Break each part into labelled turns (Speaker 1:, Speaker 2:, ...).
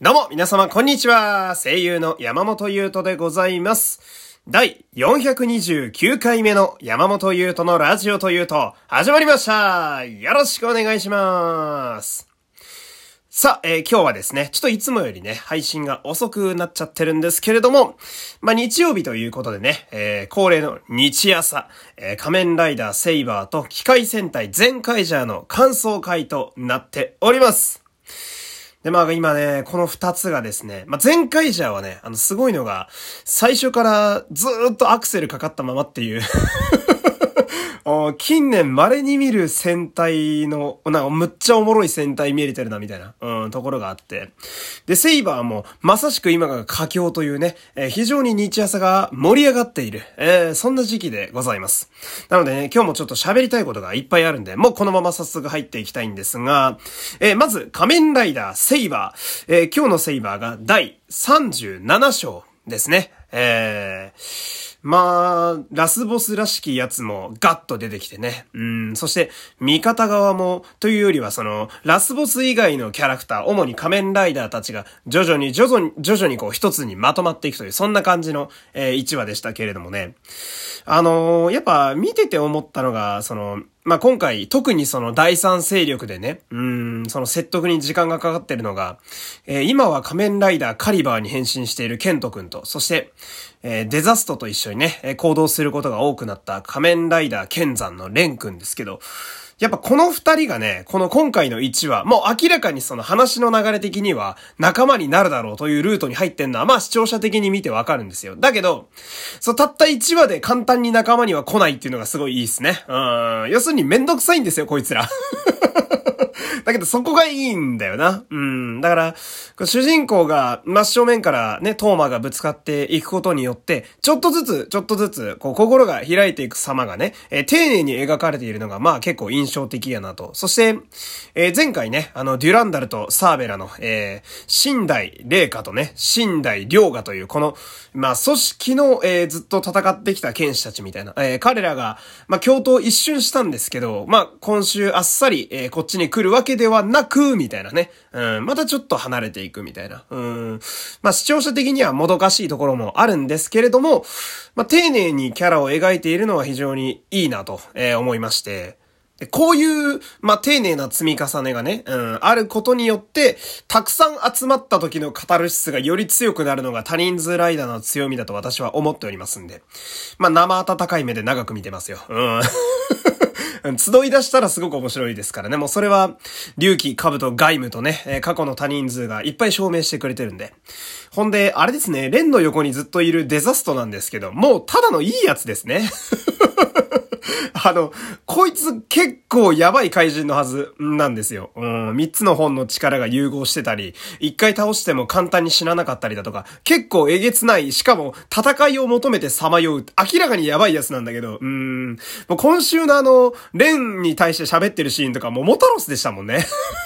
Speaker 1: どうも、皆様、こんにちは。声優の山本優斗でございます。第429回目の山本優斗のラジオというと、始まりました。よろしくお願いします。さあ、今日はですね、ちょっといつもよりね、配信が遅くなっちゃってるんですけれども、日曜日ということでね、恒例の日朝、仮面ライダーセイバーと機械戦隊ゼンカイジャーの感想会となっております。で、今ね、この二つがですね、ゼンカイジャーはね、すごいのが、最初からずーっとアクセルかかったままっていう近年稀に見る戦隊の、むっちゃおもろい戦隊見れてるな、みたいな、ところがあって。で、セイバーも、まさしく今が佳境というね、非常に日朝が盛り上がっている、そんな時期でございます。なのでね、今日もちょっと喋りたいことがいっぱいあるんで、もうこのまま早速入っていきたいんですが、まず、仮面ライダーセイバー、今日のセイバーが第37章ですね。ラスボスらしきやつもガッと出てきてね。そして、味方側も、というよりはラスボス以外のキャラクター、主に仮面ライダーたちが徐々にこう一つにまとまっていくという、そんな感じの、一話でしたけれどもね。やっぱ見てて思ったのが、今回、特に第三勢力でね、説得に時間がかかってるのが、今は仮面ライダーカリバーに変身しているケント君と、そして、デザストと一緒にね、行動することが多くなった仮面ライダー剣山のレン君ですけど、やっぱこの二人がね、この今回の1話、もう明らかに話の流れ的には仲間になるだろうというルートに入ってんのは、視聴者的に見てわかるんですよ。だけど、たった1話で簡単に仲間には来ないっていうのがすごいいいですね。要するにめんどくさいんですよ、こいつら。だけどそこがいいんだよな。だから、主人公が真正面からね、トーマがぶつかっていくことによって、ちょっとずつ、心が開いていく様がね、丁寧に描かれているのが、結構印象的やなと。そして、前回ね、デュランダルとサーベラの、新代玲香とね、新代涼河という、この、組織の、ずっと戦ってきた剣士たちみたいな、彼らが、共闘一瞬したんですけど、今週あっさり、こっちに来るわけではなく、みたいなね。またちょっと離れていくみたいな。視聴者的にはもどかしいところもあるんですけれども、丁寧にキャラを描いているのは非常にいいなと、思いまして。こういう、丁寧な積み重ねがね、あることによって、たくさん集まった時のカタルシスがより強くなるのが多人数ライダーの強みだと私は思っておりますんで。生温かい目で長く見てますよ。集い出したらすごく面白いですからね。もうそれは、龍騎、兜、外務とね、過去の多人数がいっぱい証明してくれてるんで。ほんで、あれですね、レンの横にずっといるデザストなんですけど、もうただのいいやつですね。こいつ結構やばい怪人のはずなんですよ。3つの本の力が融合してたり、1回倒しても簡単に死ななかったりだとか、結構えげつない、しかも戦いを求めてさまよう、明らかにやばいやつなんだけど、もう今週のレンに対して喋ってるシーンとかもうモタロスでしたもんね。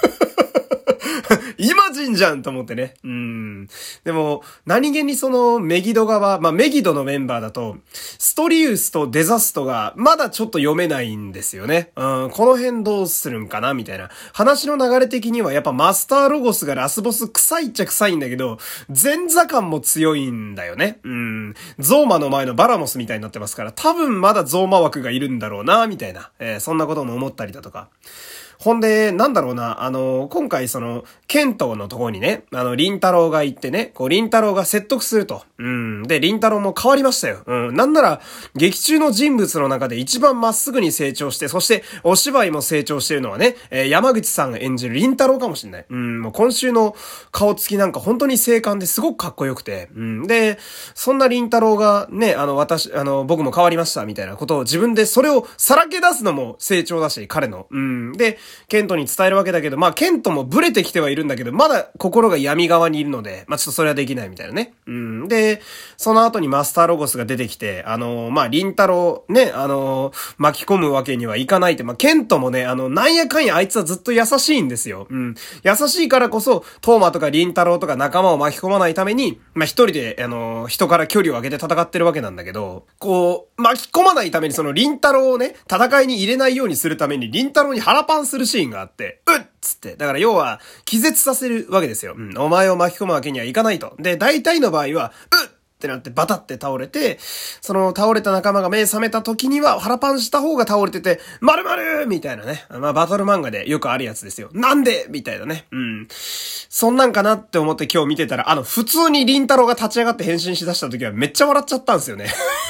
Speaker 1: イマジンじゃんと思ってね。でも、何気にメギド側、メギドのメンバーだと、ストリウスとデザストが、まだちょっと読めないんですよね。この辺どうするんかなみたいな。話の流れ的には、やっぱマスターロゴスがラスボス臭いっちゃ臭いんだけど、前座感も強いんだよね。ゾーマの前のバラモスみたいになってますから、多分まだゾーマ枠がいるんだろうな、みたいな。そんなことも思ったりだとか。ほんで、今回ケントのところにね、リンタロウが行ってね、リンタロウが説得すると。で、リンタロウも変わりましたよ。なんなら、劇中の人物の中で一番まっすぐに成長して、そして、お芝居も成長しているのはね、山口さんが演じるリンタロウかもしれない。もう今週の顔つきなんか本当に精悍ですごくかっこよくて。で、そんなリンタロウがね、僕も変わりました、みたいなことを自分でそれをさらけ出すのも成長だし、彼の。で、ケントに伝えるわけだけど、ケントもブレてきてはいるんだけど、まだ心が闇側にいるので、ちょっとそれはできないみたいなね。で、その後にマスターロゴスが出てきて、リンタロウね、巻き込むわけにはいかないって、ケントもね、なんやかんやあいつはずっと優しいんですよ。優しいからこそ、トーマとかリンタロウとか仲間を巻き込まないために、 一人で、人から距離を上げて戦ってるわけなんだけど、こう、巻き込まないためにその凛太郎をね、戦いに入れないようにするために凛太郎に腹パンするシーンがあって、うっつって。だから要は、気絶させるわけですよ。お前を巻き込むわけにはいかないと。で、大体の場合は、ってなってバタって倒れて、その倒れた仲間が目覚めた時には腹パンした方が倒れてて、〇〇みたいなね。バトル漫画でよくあるやつですよ。なんでみたいなね。そんなんかなって思って今日見てたら、普通に凛太郎が立ち上がって変身しだした時はめっちゃ笑っちゃったんですよね。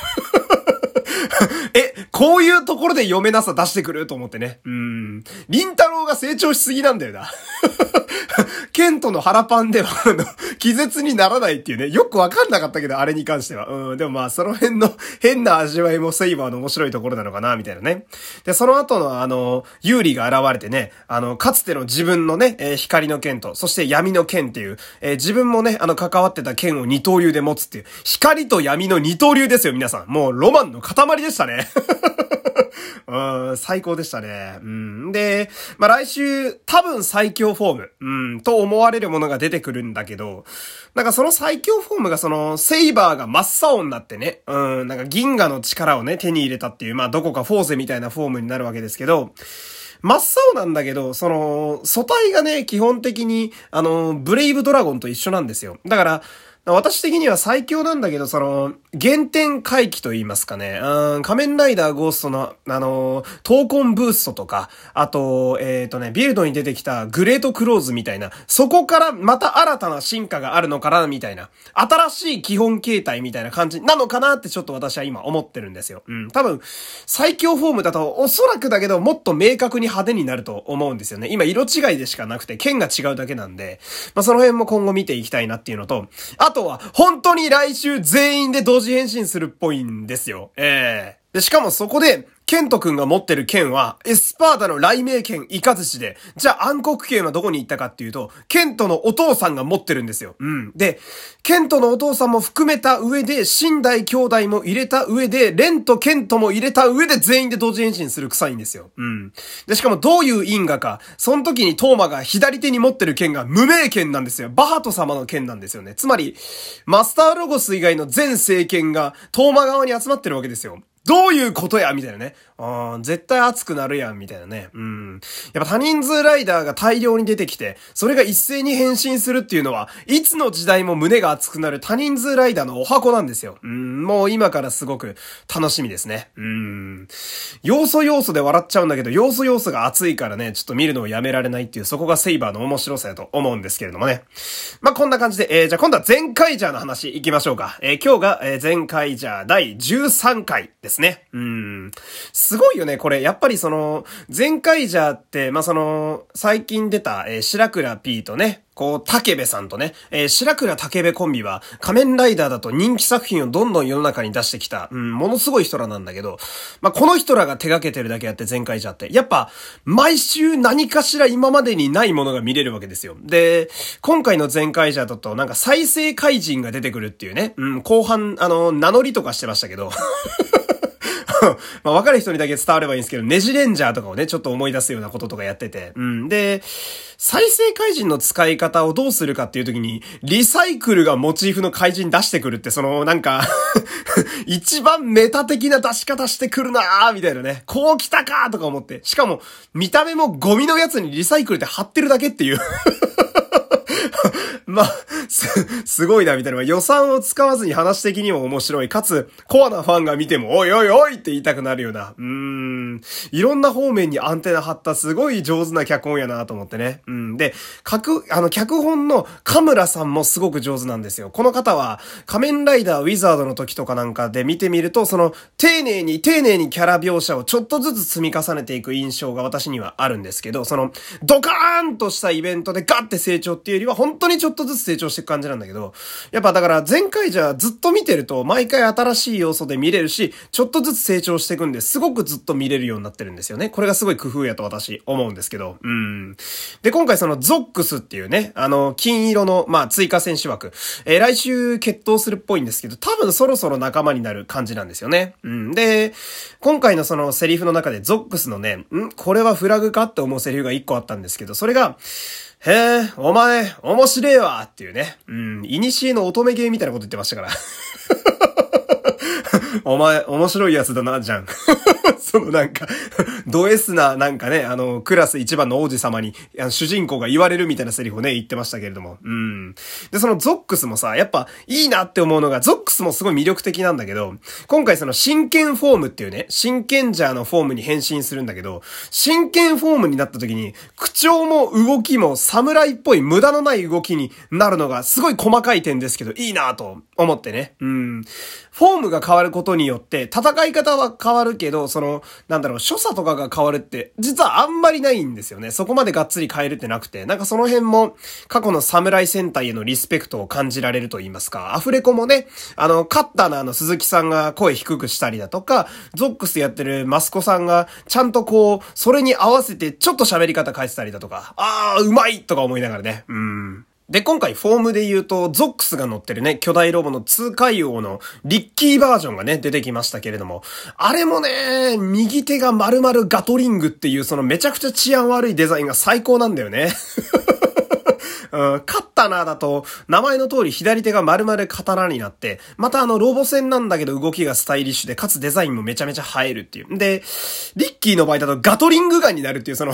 Speaker 1: こういうところで読めなさ出してくると思ってね。凛太郎が成長しすぎなんだよな。ケントの腹パンでは、気絶にならないっていうね。よくわかんなかったけど、あれに関しては。でもその辺の変な味わいもセイバーの面白いところなのかな、みたいなね。で、その後のユーリが現れてね、かつての自分のね、光の剣と、そして闇の剣っていう、自分もね、関わってた剣を二刀流で持つっていう、光と闇の二刀流ですよ、皆さん。もうロマンの塊でしたね。最高でしたね。で、来週、多分最強フォーム、と思われるものが出てくるんだけど、なんかその最強フォームがセイバーが真っ青になってね、なんか銀河の力をね、手に入れたっていう、どこかフォーゼみたいなフォームになるわけですけど、真っ青なんだけど、素体がね、基本的に、ブレイブドラゴンと一緒なんですよ。だから、私的には最強なんだけど、原点回帰と言いますかね。仮面ライダーゴーストの、闘魂ブーストとか、あと、ビルドに出てきたグレートクローズみたいな、そこからまた新たな進化があるのかな、みたいな。新しい基本形態みたいな感じなのかなってちょっと私は今思ってるんですよ。多分、最強フォームだとおそらくだけど、もっと明確に派手になると思うんですよね。今色違いでしかなくて、剣が違うだけなんで、その辺も今後見ていきたいなっていうのと、あとは、本当に来週全員で同時変身するっぽいんですよ。で、しかもそこで、ケント君が持ってる剣は、エスパーダの雷鳴剣イカズチで、じゃあ暗黒剣はどこに行ったかっていうと、ケントのお父さんが持ってるんですよ。で、ケントのお父さんも含めた上で、寝台兄弟も入れた上で、レンとケントも入れた上で全員で同時変身する臭いんですよ。で、しかもどういう因果か、その時にトーマが左手に持ってる剣が無名剣なんですよ。バハト様の剣なんですよね。つまり、マスターロゴス以外の全聖剣がトーマ側に集まってるわけですよ。どういうことやみたいなね。絶対熱くなるやんみたいなね。やっぱ多人数ライダーが大量に出てきて、それが一斉に変身するっていうのは、いつの時代も胸が熱くなる多人数ライダーのお箱なんですよ。もう今からすごく楽しみですね。要素要素で笑っちゃうんだけど、要素要素が熱いからね、ちょっと見るのをやめられないっていう、そこがセイバーの面白さだと思うんですけれどもね。こんな感じで、じゃあ今度はゼンカイジャーの話行きましょうか。今日が、ゼンカイジャー第13回ですね。すごいよね、これ。やっぱりゼンカイジャーって、最近出た、白倉 P とね、竹部さんとね、白倉竹部コンビは仮面ライダーだと人気作品をどんどん世の中に出してきた、ものすごい人らなんだけど、この人らが手掛けてるだけあってゼンカイジャーって、やっぱ、毎週何かしら今までにないものが見れるわけですよ。で、今回のゼンカイジャーだとなんか再生怪人が出てくるっていうね、後半、名乗りとかしてましたけど、分かる人にだけ伝わればいいんですけど、ネジレンジャーとかをね、ちょっと思い出すようなこととかやってて。で、再生怪人の使い方をどうするかっていう時に、リサイクルがモチーフの怪人出してくるって、なんか、一番メタ的な出し方してくるなーみたいなね。こう来たかーとか思って。しかも、見た目もゴミのやつにリサイクルって貼ってるだけっていう。すごいな、みたいな。予算を使わずに話的にも面白い。かつ、コアなファンが見ても、おいおいおいって言いたくなるような。いろんな方面にアンテナ張ったすごい上手な脚本やなと思ってね。で、脚本のカムラさんもすごく上手なんですよ。この方は、仮面ライダーウィザードの時とかなんかで見てみると、丁寧にキャラ描写をちょっとずつ積み重ねていく印象が私にはあるんですけど、ドカーンとしたイベントでガッて成長っていうよりは、本当にちょっとずつ成長していく感じなんだけど、やっぱだから前回じゃずっと見てると毎回新しい要素で見れるし、ちょっとずつ成長していくんですごくずっと見れるようになってるんですよね。これがすごい工夫やと私思うんですけど。で、今回ゾックスっていうね、金色の、追加選手枠、来週決闘するっぽいんですけど、多分そろそろ仲間になる感じなんですよね。で、今回のセリフの中でゾックスのね、これはフラグかって思うセリフが一個あったんですけど、それが、 へえ、お前、面白えわっていうね。古の乙女ゲーみたいなこと言ってましたから。お前、面白いやつだな、じゃん。そのなんか、ド S な、なんかね、クラス一番の王子様に、主人公が言われるみたいなセリフをね、言ってましたけれども。で、そのゾックスもさ、やっぱ、いいなって思うのが、ゾックスもすごい魅力的なんだけど、今回その真剣フォームっていうね、真剣ジャーのフォームに変身するんだけど、真剣フォームになった時に、口調も動きも侍っぽい無駄のない動きになるのが、すごい細かい点ですけど、いいなと思ってね。フォームが変わることによって、戦い方は変わるけど、所作とかが変わるって、実はあんまりないんですよね。そこまでがっつり変えるってなくて、なんかその辺も、過去の侍戦隊へのリスペクトを感じられると言いますか、アフレコもね、カッターの鈴木さんが声低くしたりだとか、ゾックスやってるマスコさんが、ちゃんとこう、それに合わせてちょっと喋り方変えてたりだとか、うまいとか思いながらね、で、今回フォームで言うと、ゾックスが乗ってるね、巨大ロボの通海王のリッキーバージョンがね、出てきましたけれども、あれもね、右手が丸々ガトリングっていうそのめちゃくちゃ治安悪いデザインが最高なんだよね。カッタナーだと、名前の通り左手が丸々刀になって、またロボ戦なんだけど動きがスタイリッシュで、かつデザインもめちゃめちゃ映えるっていう。で、リッキーの場合だとガトリングガンになるっていうその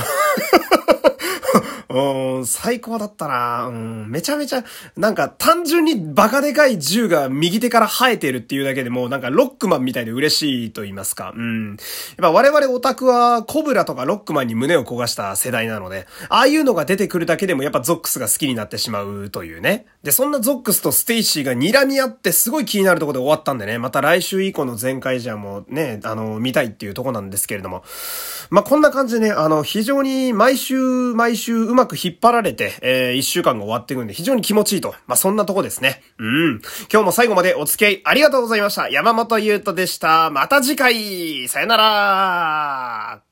Speaker 1: 最高だったな。めちゃめちゃ、なんか単純にバカでかい銃が右手から生えてるっていうだけでもなんかロックマンみたいで嬉しいと言いますか。やっぱ我々オタクはコブラとかロックマンに胸を焦がした世代なので、ああいうのが出てくるだけでもやっぱゾックスが好きになってしまうというね。で、そんなゾックスとステイシーが睨み合ってすごい気になるところで終わったんでね、また来週以降の全開じゃもね、見たいっていうところなんですけれども。こんな感じでね、非常に毎週うまく引っ張られて、一週間が終わっていくんで非常に気持ちいいと。そんなとこですね。今日も最後までお付き合いありがとうございました。山本優斗でした。また次回さよなら。